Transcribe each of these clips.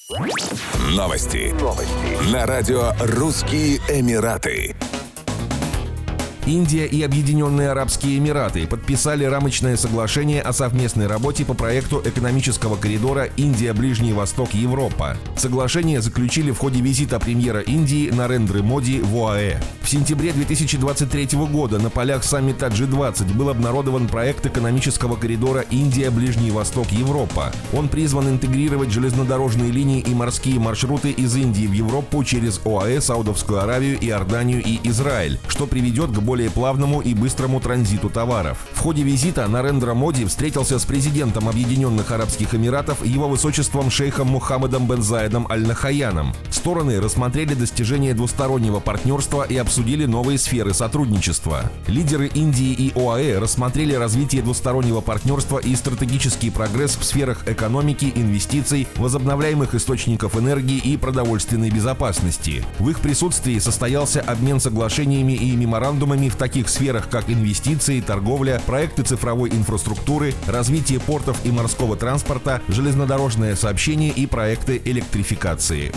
Новости. На радио «Русские Эмираты». Индия и Объединенные Арабские Эмираты подписали рамочное соглашение о совместной работе по проекту экономического коридора Индия-Ближний Восток-Европа. Соглашение заключили в ходе визита премьера Индии Нарендры Моди в ОАЭ. В сентябре 2023 года на полях саммита G20 был обнародован проект экономического коридора Индия-Ближний Восток-Европа. Он призван интегрировать железнодорожные линии и морские маршруты из Индии в Европу через ОАЭ, Саудовскую Аравию, Иорданию и Израиль, что приведет к более плавному и быстрому транзиту товаров. В ходе визита Нарендра Моди встретился с президентом Объединенных Арабских Эмиратов его высочеством шейхом Мухаммедом бен Заедом Аль-Нахаяном. Стороны рассмотрели достижения двустороннего партнерства и обсудили новые сферы сотрудничества. Лидеры Индии и ОАЭ рассмотрели развитие двустороннего партнерства и стратегический прогресс в сферах экономики, инвестиций, возобновляемых источников энергии и продовольственной безопасности. В их присутствии состоялся обмен соглашениями и меморандумами в таких сферах, как инвестиции, торговля, проекты цифровой инфраструктуры, развитие портов и морского транспорта, железнодорожное сообщение и проекты электрификации.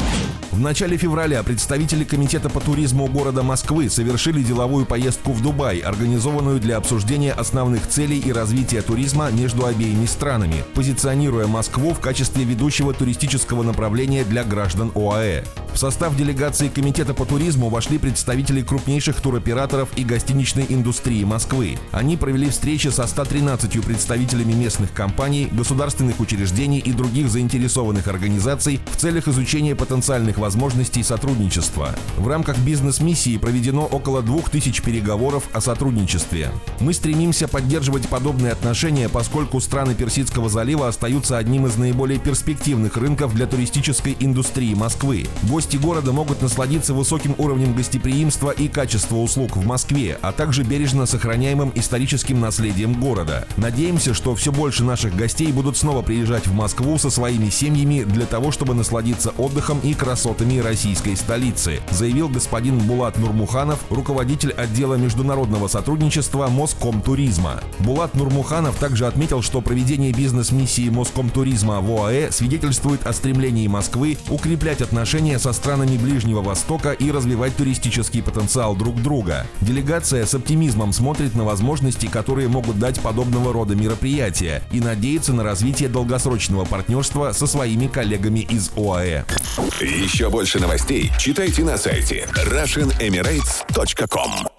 В начале февраля представители Комитета по туризму города Москвы совершили деловую поездку в Дубай, организованную для обсуждения основных целей и развития туризма между обеими странами, позиционируя Москву в качестве ведущего туристического направления для граждан ОАЭ. В состав делегации Комитета по туризму вошли представители крупнейших туроператоров и гостиничной индустрии Москвы. Они провели встречи со 113 представителями местных компаний, государственных учреждений и других заинтересованных организаций в целях изучения потенциальных возможностей сотрудничества. В рамках бизнес-миссии проведено около 2000 переговоров о сотрудничестве. Мы стремимся поддерживать подобные отношения, поскольку страны Персидского залива остаются одним из наиболее перспективных рынков для туристической индустрии Москвы. Гости города могут насладиться высоким уровнем гостеприимства и качества услуг в Москве, а также бережно сохраняемым историческим наследием города. Надеемся, что все больше наших гостей будут снова приезжать в Москву со своими семьями для того, чтобы насладиться отдыхом и красотами российской столицы, заявил господин Булат Нурмуханов, руководитель отдела международного сотрудничества Москомтуризма. Булат Нурмуханов также отметил, что проведение бизнес-миссии Москомтуризма в ОАЭ свидетельствует о стремлении Москвы укреплять отношения со странами Ближнего Востока и развивать туристический потенциал друг друга. Делегация с оптимизмом смотрит на возможности, которые могут дать подобного рода мероприятия, и надеется на развитие долгосрочного партнерства со своими коллегами из ОАЭ. Еще больше новостей читайте на сайте RussianEmirates.com.